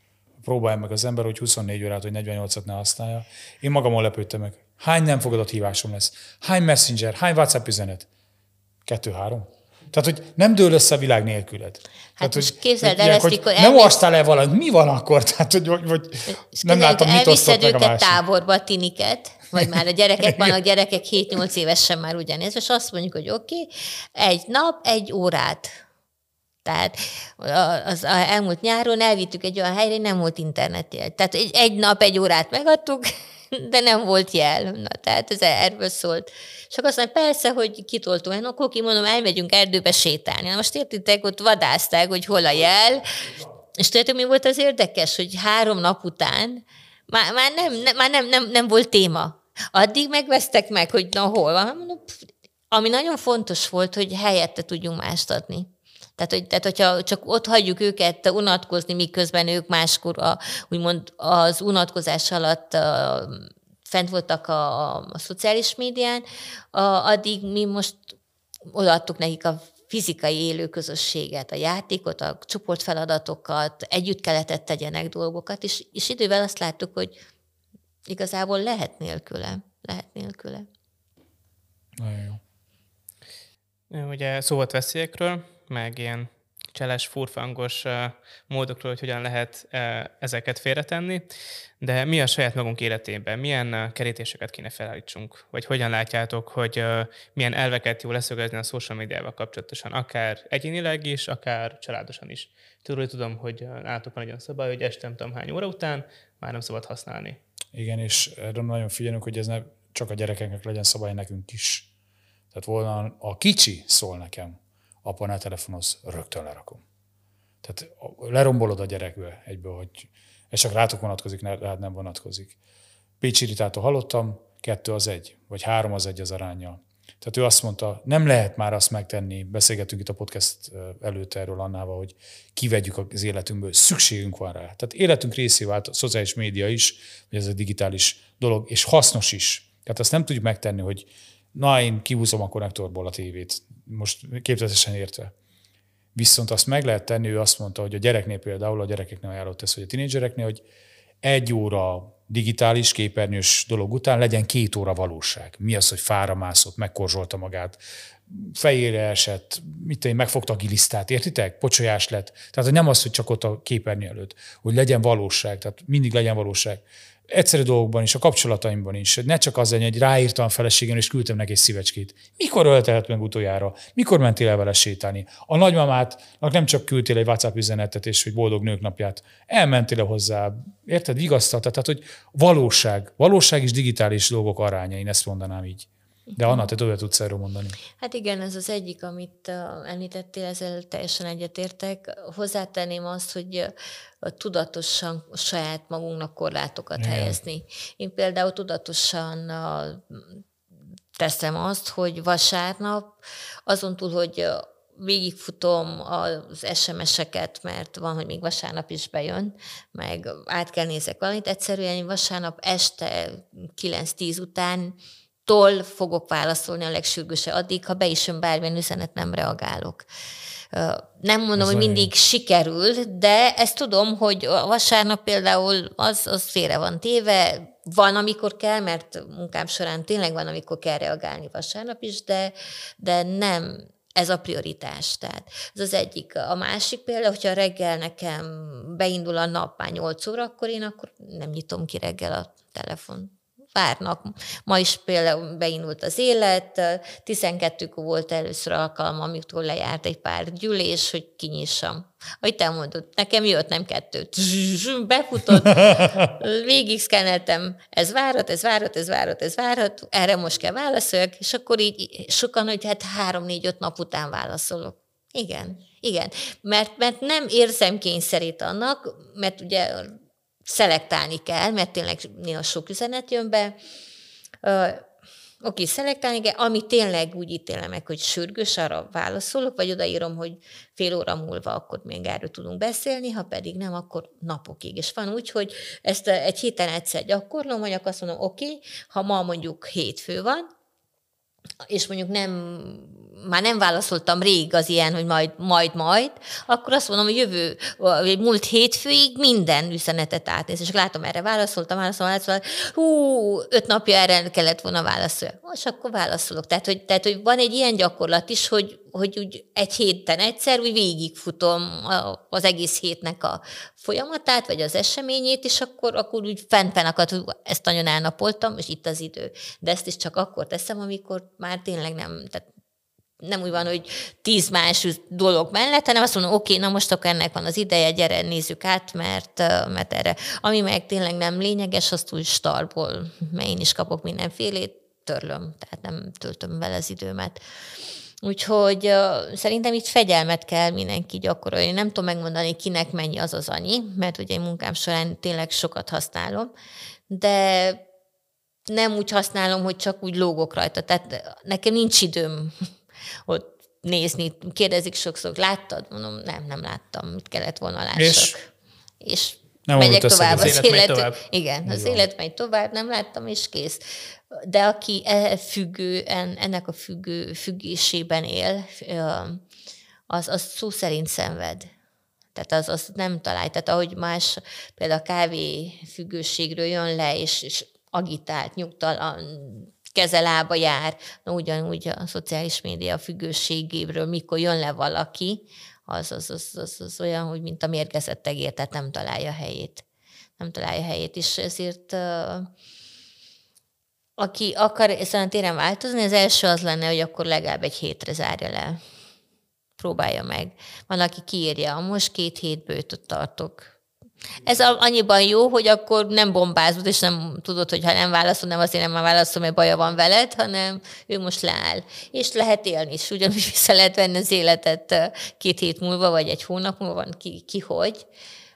próbálja meg az ember, hogy huszonnégy órát vagy negyvennyolcat ne használja. Én magamon lepődtem meg. Hány nem fogadott hívásom lesz? Hány Messenger? Hány WhatsApp üzenet? Kettő-három. Tehát, hogy nem dől össze a világ nélküled. Hát Tehát, most képzeld el ilyen, ezt, hogy mikor nem olvastál el valamit, mi van akkor? Tehát, hogy, hogy, hogy nem látom, mit osztott meg a őket másik. táborba, a tiniket, vagy már a gyerekek vannak, gyerekek hét-nyolc évesen már ugyanez, és azt mondjuk, hogy oké, okay, egy nap, egy órát. Tehát az elmúlt nyáron elvittük egy olyan helyre, nem volt internetjel. Tehát egy, egy nap, egy órát megadtuk, de nem volt jel. Na, tehát ez erről szólt. És akkor azt mondja, persze, hogy kitoltunk, no, akkor kimondom, elmegyünk erdőbe sétálni. Na most értitek, ott vadázták, hogy hol a jel, és tudjátok, mi volt az érdekes, hogy három nap után már, már, nem, nem, már nem, nem, nem volt téma. Addig megvesztek meg, hogy na hol van. Ami nagyon fontos volt, hogy helyette tudjunk mást adni. Tehát, hogy, tehát, hogyha csak ott hagyjuk őket unatkozni, miközben ők máskor a, úgymond az unatkozás alatt a, fent voltak a, a, a szociális médián, a, addig mi most odaadtuk nekik a fizikai élő közösséget, a játékot, a csoportfeladatokat, együtt kellett tegyenek dolgokat, és, és idővel azt láttuk, hogy igazából lehet nélküle. Lehet nélküle. Nagyon jó. Ugye szó volt veszélyekről, meg ilyen cseles, furfangos módokról, hogy hogyan lehet ezeket félretenni, de mi a saját magunk életében? Milyen kerítéseket kéne felállítsunk? Vagy hogyan látjátok, hogy milyen elveket jó leszögezni a social médiával kapcsolatosan, akár egyénileg is, akár családosan is? Tudod, tudom, hogy nálatok van egy olyan szabály, hogy este nem tudom hány óra után már nem szabad használni. Igen, és erre nagyon figyelünk, hogy ez ne csak a gyerekeknek legyen szabály, nekünk is. Tehát volna, a kicsi szól nekem, apa, ne telefonozz, rögtön lerakom. Tehát lerombolod a gyerekbe egyből, hogy ez csak rátok vonatkozik, rád nem vonatkozik. Pécsi Ritától hallottam, kettő az egy, vagy három az egy az aránya. Tehát ő azt mondta, nem lehet már azt megtenni, beszélgetünk itt a podcast előtt erről Annával, hogy kivegyük az életünkből, szükségünk van rá. Tehát életünk részé vált a szociális média is, vagy ez a digitális dolog, és hasznos is. Tehát azt nem tudjuk megtenni, hogy na, én kihúzom a konnektorból a tévét, most képzetesen értve. Viszont azt meg lehet tenni, ő azt mondta, hogy a gyereknél például, a gyerekeknél ajánlott ez, hogy a tinédzsereknél, hogy egy óra digitális, képernyős dolog után legyen két óra valóság. Mi az, hogy fára mászott, megkorzsolta magát, fejére esett, mit én, megfogta a gilisztát, értitek? Pocsolyás lett. Tehát nem az, hogy csak ott a képernyő előtt, hogy legyen valóság, tehát mindig legyen valóság. Egyszerű dolgokban is, a kapcsolataimban is. Ne csak az legyen, hogy ráírtam a feleségem, és küldtem neki egy szívecskét. Mikor öltelhet meg utoljára? Mikor mentél el vele sétálni? A nagymamátnak nem csak küldtél egy WhatsApp üzenetet, és hogy boldog nők napját. Elmentél hozzá, érted? Vigasztaltad. Tehát, hogy valóság. Valóság és digitális dolgok aránya, én ezt mondanám így. De Anna, te többet tudsz erről mondani. Hát igen, ez az egyik, amit említettél, ezzel teljesen egyetértek. Hozzátenném azt, hogy tudatosan saját magunknak korlátokat igen. helyezni. Én például tudatosan teszem azt, hogy vasárnap azon túl, hogy végigfutom az es em es-eket, mert van, hogy még vasárnap is bejön, meg át kell nézek valamit. Egyszerűen vasárnap este kilenc-tíz után tól fogok válaszolni a legsürgősebb, addig, ha be is jön bármilyen üzenet, nem reagálok. Nem mondom, ez hogy mindig jó. Sikerül, de ezt tudom, hogy a vasárnap például az, az félre van téve, van, amikor kell, mert munkám során tényleg van, amikor kell reagálni vasárnap is, de, de nem ez a prioritás. Tehát ez az egyik. A másik például, hogyha reggel nekem beindul a nap már nyolc óra, akkor én akkor nem nyitom ki reggel a telefon. Várnak. Ma is például beindult az élet, tizenkettőkor volt először alkalma, amikor lejárt egy pár gyűlés, hogy kinyissam. Ahogy te mondod, nekem jött, nem kettőt. Befutott, végig szkenneltem, ez várhat, ez várhat, ez várhat, ez várhat, erre most kell válaszoljak, és akkor így sokan, hogy hát három-négy-öt nap után válaszolok. Igen, igen, mert, mert nem érzem kényszerét annak, mert ugye szelektálni kell, mert tényleg néha sok üzenet jön be. Uh, Oké, okay, szelektálni kell, ami tényleg úgy ítélem meg, hogy sürgős, arra válaszolok, vagy odaírom, hogy fél óra múlva akkor még erről tudunk beszélni, ha pedig nem, akkor napokig. És van úgy, hogy ezt egy héten egyszer gyakorlom, hogy akkor azt mondom, oké, okay, ha ma mondjuk hétfő van, és mondjuk nem, már nem válaszoltam rég az ilyen, hogy majd, majd, majd, akkor azt mondom, hogy jövő, vagy múlt hétfőig minden üzenetet átnéz, és látom, erre válaszoltam, válaszoltam, válaszoltam, hú, öt napja erre kellett volna válaszolni. És akkor válaszolok. Tehát hogy, tehát, hogy van egy ilyen gyakorlat is, hogy, hogy úgy egy héten egyszer úgy végigfutom az egész hétnek a folyamatát, vagy az eseményét, és akkor, akkor úgy fenn-fenn akad, hogy ezt nagyon elnapoltam, és itt az idő. De ezt is csak akkor teszem, amikor már tényleg nem, tehát nem úgy van, hogy tíz más dolog mellett, hanem azt mondom, oké, okay, na most akkor ennek van az ideje, gyere, nézzük át, mert, mert erre. Ami meg tényleg nem lényeges, azt úgy starból, mert én is kapok mindenfélét, törlöm, tehát nem töltöm vele az időmet. Úgyhogy uh, szerintem itt fegyelmet kell mindenki gyakorolni. Nem tudom megmondani, kinek mennyi az az annyi, mert ugye én munkám során tényleg sokat használom, de nem úgy használom, hogy csak úgy lógok rajta. Tehát nekem nincs időm ott nézni. Kérdezik sokszor, láttad? Mondom, nem, nem láttam, mit kellett volna lássak. És, és megyek tovább. Az, az élet, élet tovább. Igen, az élet megy tovább, nem láttam, és kész. De aki e függő, ennek a függő, függésében él, az, az szó szerint szenved. Tehát az, az nem találj. Tehát ahogy más például a kávé függőségről jön le, és, és agitált, nyugtalan, kezelába jár, na ugyanúgy a szociális média függőségéből, mikor jön le valaki, az, az, az, az, az olyan, hogy mint a mérgezett tegér, tehát nem találja helyét. Nem találja helyét, és ezért uh, aki akar ezen a téren változni, az első az lenne, hogy akkor legalább egy hétre zárja le. Próbálja meg. Van, aki kiírja, most két hétből tartok. Ez annyiban jó, hogy akkor nem bombázod, és nem tudod, hogy ha nem válaszol, nem azért nem már válaszol, mert baja van veled, hanem ő most leáll. És lehet élni is, ugyanúgy vissza lehet venni az életet két hét múlva, vagy egy hónap múlva, ki, ki hogy.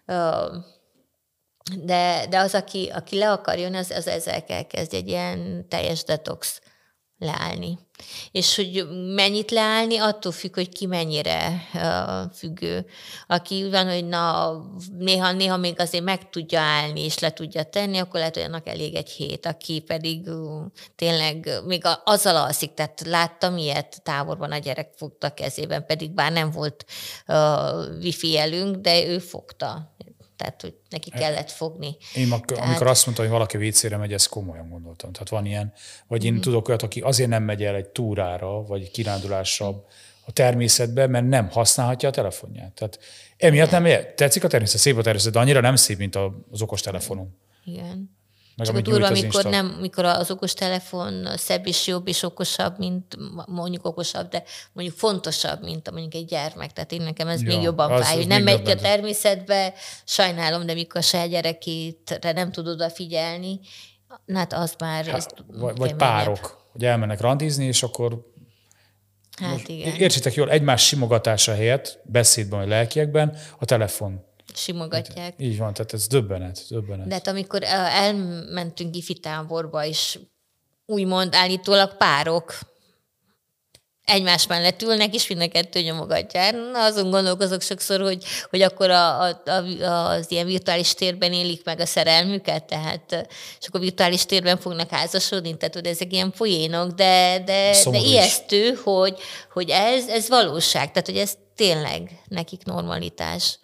De, de az, aki, aki le akar jönni, az, az ezzel kell kezd egy ilyen teljes detox leállni. És hogy mennyit leállni, attól függ, hogy ki mennyire uh, függő. Aki úgy van, hogy na, néha, néha még azért meg tudja állni, és le tudja tenni, akkor lehet, hogy annak elég egy hét. Aki pedig uh, tényleg még a, azzal alszik, tehát láttam ilyet, távolban a gyerek fogta a kezében, pedig bár nem volt uh, wifi jelünk, de ő fogta. Tehát, hogy neki kellett fogni. Én amikor Tehát... azt mondtam, hogy valaki vécére megy, ezt komolyan gondoltam. Tehát van ilyen, vagy én mm-hmm. tudok olyat, aki azért nem megy el egy túrára, vagy kirándulásra a természetbe, mert nem használhatja a telefonját. Tehát emiatt nem ér. Tetszik a természet, szép a természet, de annyira nem szép, mint az okostelefonom. Igen. Csak a durva, amikor, nem, mikor az okostelefon szebb és jobb és okosabb, mint mondjuk okosabb, de mondjuk fontosabb, mint mondjuk egy gyermek. Tehát én nekem ez ja, még jobban fáj, hogy nem megy ki a természetbe, sajnálom, de mikor a saját gyerekétre nem tud odafigyelni, hát az már... Hát, az vagy vagy párok, hogy elmennek randizni, és akkor... Hát igen. Értsétek jól, egymás simogatása helyett, beszédben vagy lelkiekben, a telefon. Simogatják. Hát, így van, tehát ez döbbenet, döbbenet. De hát amikor elmentünk ifi táborba, és úgymond állítólag párok egymás mellett ülnek, és mind a kettő nyomogatják. Na, azon gondolkozok sokszor, hogy, hogy akkor a, a, a, az ilyen virtuális térben élik meg a szerelmüket, tehát és akkor virtuális térben fognak házasodni, tehát hogy ezek ilyen poénok, de, de, de ijesztő, hogy, hogy ez, ez valóság, tehát hogy ez tényleg nekik normalitás.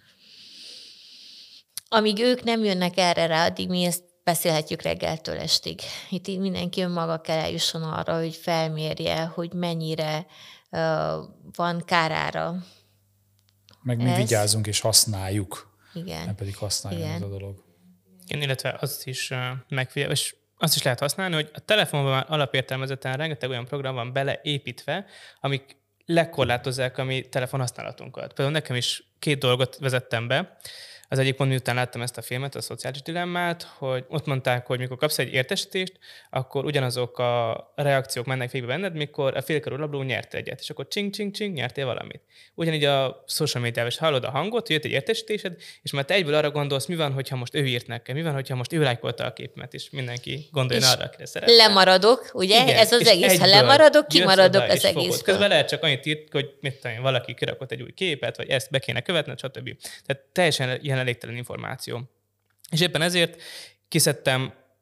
Amíg ők nem jönnek erre rá, addig mi ezt beszélhetjük reggeltől estig. Itt így mindenki önmaga kell eljusson arra, hogy felmérje, hogy mennyire uh, van kárára. Meg mi ez. Vigyázunk és használjuk. Igen. Nem pedig használjuk ez a dolog. Igen, illetve azt is uh, megfigyel, és azt is lehet használni, hogy a telefonban már alapértelmezetten rengeteg olyan program van beleépítve, amik lekorlátozzák a mi telefonhasználatunkat. Például nekem is két dolgot vezettem be. Az egyik pont, miután láttam ezt a filmet, a Szociális Dilemmát, hogy ott mondták, hogy mikor kapsz egy értesítést, akkor ugyanazok a reakciók mennek végbe benned, mikor a félkörül rabló nyert egyet, és akkor csing-csing-csing, nyertél valamit. Ugyanígy a social médiában is hallod a hangot, jött egy értesítésed, és már te egyből arra gondolsz, mi van, hogyha most ő írt nekem, mi van, hogyha most ő lájkolta a képemet, és mindenki gondoljon arra, akire szeretne. Lemaradok, ugye? Igen, ez az egész. Ha lemaradok, kimaradok az egész. Közben lehet csak annyit írt, hogy mit tudom, valaki kirakott egy új képet, vagy ezt be kéne követned, stb. Tehát teljesen ilyen elégtelen információ. És éppen ezért kiszedtem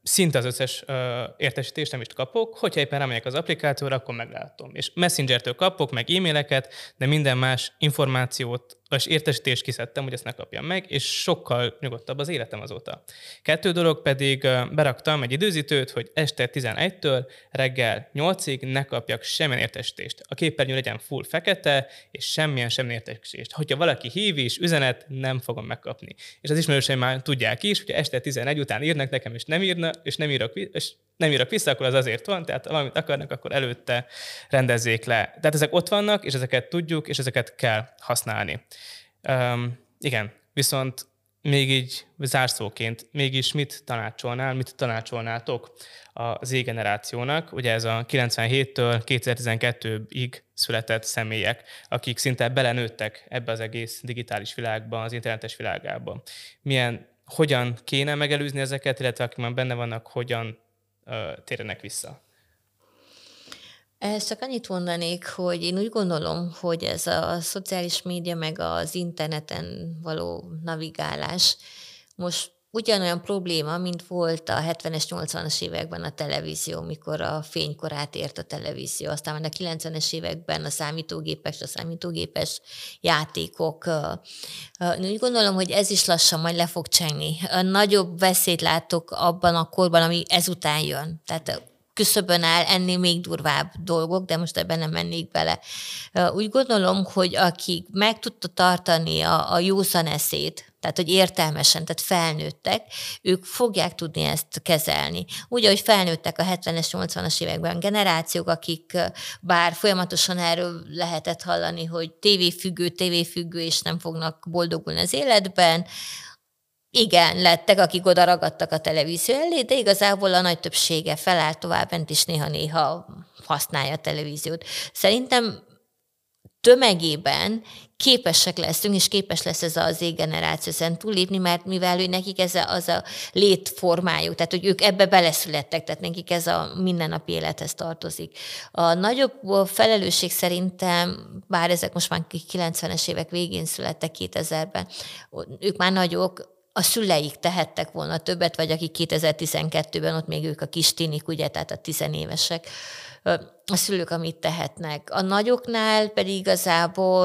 szinte az összes ö, értesítést nem is kapok, hogyha éppen rámegyek az applikációra, akkor meglátom. És Messengertől kapok, meg e-maileket, de minden más információt és értesítést kiszedtem, hogy ezt ne kapjam meg, és sokkal nyugodtabb az életem azóta. Kettő dolog pedig ö, beraktam egy időzítőt, hogy este tizenegytől reggel nyolcig ne kapjak semmilyen értesítést. A képernyő legyen full fekete, és semmilyen semmilyen értesítést. Hogyha valaki hív is, üzenet, nem fogom megkapni. És az ismerőseim már tudják is, hogy este tizenegy után írnak nekem, és nem írna, és nem írok, és nem írok vissza, akkor az azért van, tehát valamit akarnak, akkor előtte rendezzék le. Tehát ezek ott vannak, és ezeket tudjuk, és ezeket kell használni. Um, igen, viszont még így zárszóként, mégis mit tanácsolnál, mit tanácsolnátok a Z-generációnak, ugye ez a kilencvenhéttől kétezer-tizenkettőig született személyek, akik szinte belenőttek ebbe az egész digitális világba, az internetes világába. Milyen, hogyan kéne megelőzni ezeket, illetve akik már benne vannak, hogyan uh, térjenek vissza? Ehhez csak annyit mondanék, hogy én úgy gondolom, hogy ez a szociális média meg az interneten való navigálás most ugyanolyan probléma, mint volt a hetvenes, nyolcvanas években a televízió, mikor a fénykorát ért a televízió. Aztán már a kilencvenes években a számítógépes, a számítógépes játékok. Én úgy gondolom, hogy ez is lassan majd le fog csengni. A nagyobb veszélyt látok abban a korban, ami ezután jön. Tehát küszöbön áll ennél még durvább dolgok, de most ebben nem mennék bele. Úgy gondolom, hogy aki meg tudta tartani a, a józan eszét, tehát hogy értelmesen, tehát felnőttek, ők fogják tudni ezt kezelni. Úgy, ahogy felnőttek a hetvenes, nyolcvanas években generációk, akik bár folyamatosan erről lehetett hallani, hogy tévéfüggő, tévéfüggő, és nem fognak boldogulni az életben, igen, lettek, akik oda ragadtak a televízió elé, de igazából a nagy többsége felállt továbbent is néha-néha használja a televíziót. Szerintem tömegében képesek leszünk, és képes lesz ez az Z-generáció ezen túllépni, mert mivel ő nekik ez a, az a létformájuk, tehát hogy ők ebbe beleszülettek, tehát nekik ez a mindennapi élethez tartozik. A nagyobb felelősség szerintem, bár ezek most már kilencvenes évek végén születtek kétezerben, ők már nagyok, a szüleik tehettek volna többet, vagy akik kétezer-tizenkettőben, ott még ők a kis tinik, ugye, tehát a tizenévesek, a szülők amit tehetnek. A nagyoknál pedig igazából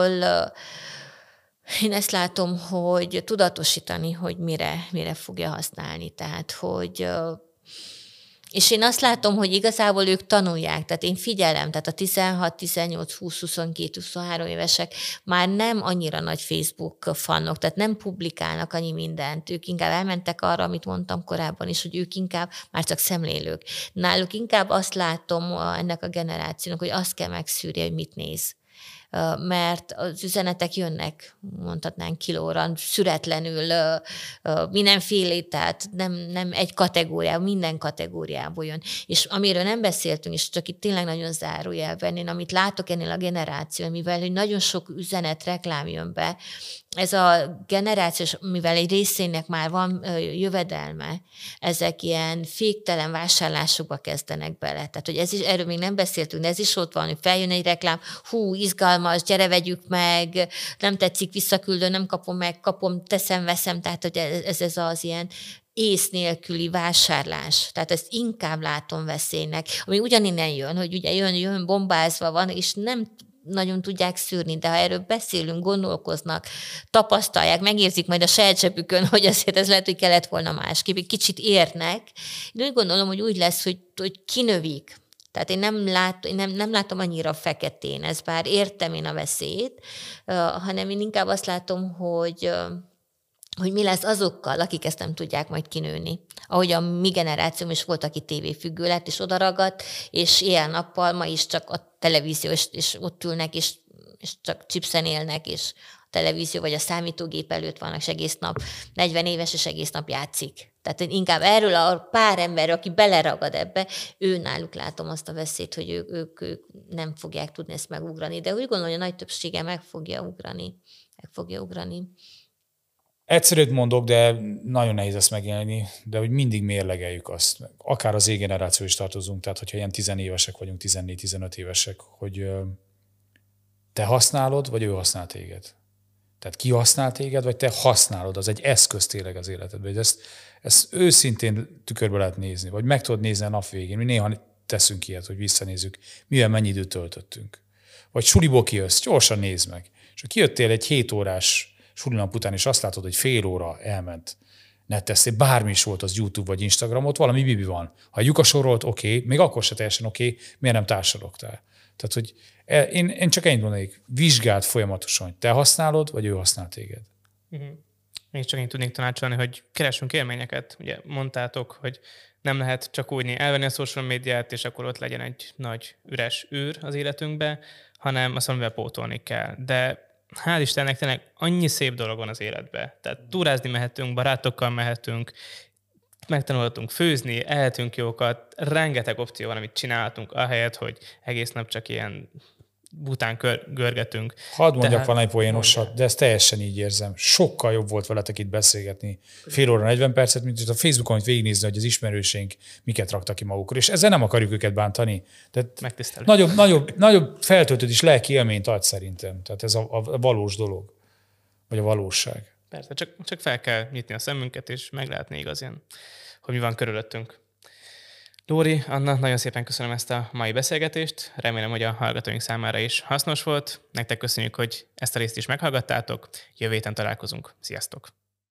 én ezt látom, hogy tudatosítani, hogy mire, mire fogja használni. Tehát, hogy és én azt látom, hogy igazából ők tanulják, tehát én figyelem, tehát a tizenhat, tizennyolc, húsz, huszonkét, huszonhárom évesek már nem annyira nagy Facebook fanok, tehát nem publikálnak annyi mindent, ők inkább elmentek arra, amit mondtam korábban is, hogy ők inkább már csak szemlélők. Náluk inkább azt látom ennek a generációnak, hogy azt kell megszűrje, hogy mit néz. Mert az üzenetek jönnek, mondhatnánk kilóra, szüretlenül, mindenfélét, tehát nem, nem egy kategóriából, minden kategóriából jön. És amiről nem beszéltünk, és csak itt tényleg nagyon zárójelben, én amit látok ennél a generáció, mivel hogy nagyon sok üzenet, reklám jön be, ez a generáció, mivel egy részének már van jövedelme, ezek ilyen féktelen vásárlásokba kezdenek bele. Tehát, hogy ez is, erről még nem beszéltünk, de ez is ott van, hogy feljön egy reklám, hú, izgalmas, gyere, vegyük meg, nem tetszik, visszaküldöm, nem kapom meg, kapom, teszem, veszem, tehát, hogy ez, ez az ilyen ész nélküli vásárlás. Tehát ezt inkább látom veszélynek, ami ugyaninnen jön, hogy ugye jön, jön bombázva van, és nem nagyon tudják szűrni, de ha erről beszélünk, gondolkoznak, tapasztalják, megérzik majd a saját zsebükön, hogy azért ez lehet, hogy kellett volna másképp, egy kicsit érnek. Én úgy gondolom, hogy úgy lesz, hogy, hogy kinövik. Tehát én nem, lát, én nem, nem látom annyira feketén, ez bár értem én a veszélyt, uh, hanem én inkább azt látom, hogy uh, hogy mi lesz azokkal, akik ezt nem tudják majd kinőni. Ahogy a mi generációm is volt, aki tévéfüggő lett, és odaragadt, és éjjel-nappal ma is csak a televízió, és, és ott ülnek, és, és csak chipsen élnek, és a televízió vagy a számítógép előtt vannak, és egész nap negyven éves, és egész nap játszik. Tehát én inkább erről a pár ember, aki beleragad ebbe, ő náluk látom azt a veszélyt, hogy ők, ők, ők nem fogják tudni ezt megugrani. De úgy gondolom, hogy a nagy többsége meg fogja ugrani. Meg fogja ugrani. Egyszerűt mondok, de nagyon nehéz ezt megélni, de hogy mindig mérlegeljük azt. Akár az Z-generáció is tartozunk, tehát hogyha ilyen tizenévesek vagyunk, tizennégy-tizenöt évesek, hogy te használod, vagy ő használ téged. Tehát kihasznál téged, vagy te használod, az egy eszköz tényleg az életedben. Ezt, ezt őszintén tükörbe lehet nézni, vagy meg tudod nézni a nap végén. Mi néha teszünk ilyet, hogy visszanézzük, milyen mennyi időt töltöttünk. Vagy suliból kijössz, gyorsan nézd meg. És ha kijöttél egy hét órás sulinap után, és azt látod, hogy fél óra elment, nettesztél, bármi is volt az YouTube vagy Instagram, ott valami bibi van. Ha lyukasorolt, oké, okay, még akkor se teljesen oké, okay, miért nem társadalogtál? Tehát, hogy én, én csak ennyit mondanék, vizsgáld folyamatosan, hogy te használod, vagy ő használ téged. Uh-huh. Én csak én tudnék tanácsolni, hogy keressünk élményeket. Ugye mondtátok, hogy nem lehet csak úgy elvenni a social médiát, és akkor ott legyen egy nagy üres űr az életünkbe, hanem azt valamivel pótolni kell. De hál' Istennek tényleg annyi szép dolog van az életben. Tehát túrázni mehetünk, barátokkal mehetünk, megtanulhatunk főzni, ehetünk jókat, rengeteg opció van, amit csinálhatunk, ahelyett, hogy egész nap csak ilyen bután kör, görgetünk. Hadd mondjak Tehát, valami poénosat, de ezt teljesen így érzem. Sokkal jobb volt veletek itt beszélgetni fél óra, negyven percet, mint a Facebookon, hogy végignézni, hogy az ismerőseink miket raktak ki magukról. És ezzel nem akarjuk őket bántani. Nagyobb, nagyobb, nagyobb feltöltődés lelki élményt ad szerintem. Tehát ez a, a valós dolog. Vagy a valóság. Persze, csak, csak fel kell nyitni a szemünket, és meglátni igazán, hogy mi van körülöttünk. Lóri, Anna, nagyon szépen köszönöm ezt a mai beszélgetést. Remélem, hogy a hallgatóink számára is hasznos volt. Nektek köszönjük, hogy ezt a részt is meghallgattátok. Jövő héten találkozunk. Sziasztok!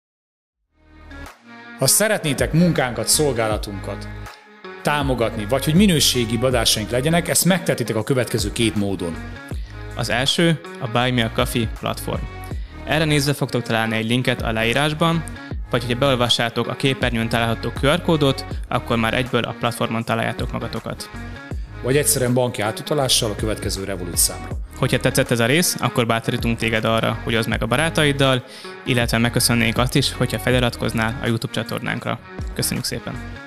Ha szeretnétek munkánkat, szolgálatunkat támogatni, vagy hogy minőségi adásaink legyenek, ezt megtehetitek a következő két módon. Az első a Buy Me a Coffee platform. Erre nézve fogtok találni egy linket a leírásban, vagy hogyha beolvassátok a képernyőn található kú er kódot, akkor már egyből a platformon találjátok magatokat. Vagy egyszerűen banki átutalással a következő Revolut számra. Hogyha tetszett ez a rész, akkor bátorítunk téged arra, hogy oszd meg a barátaiddal, illetve megköszönnénk azt is, hogyha feliratkoznál a YouTube csatornánkra. Köszönjük szépen!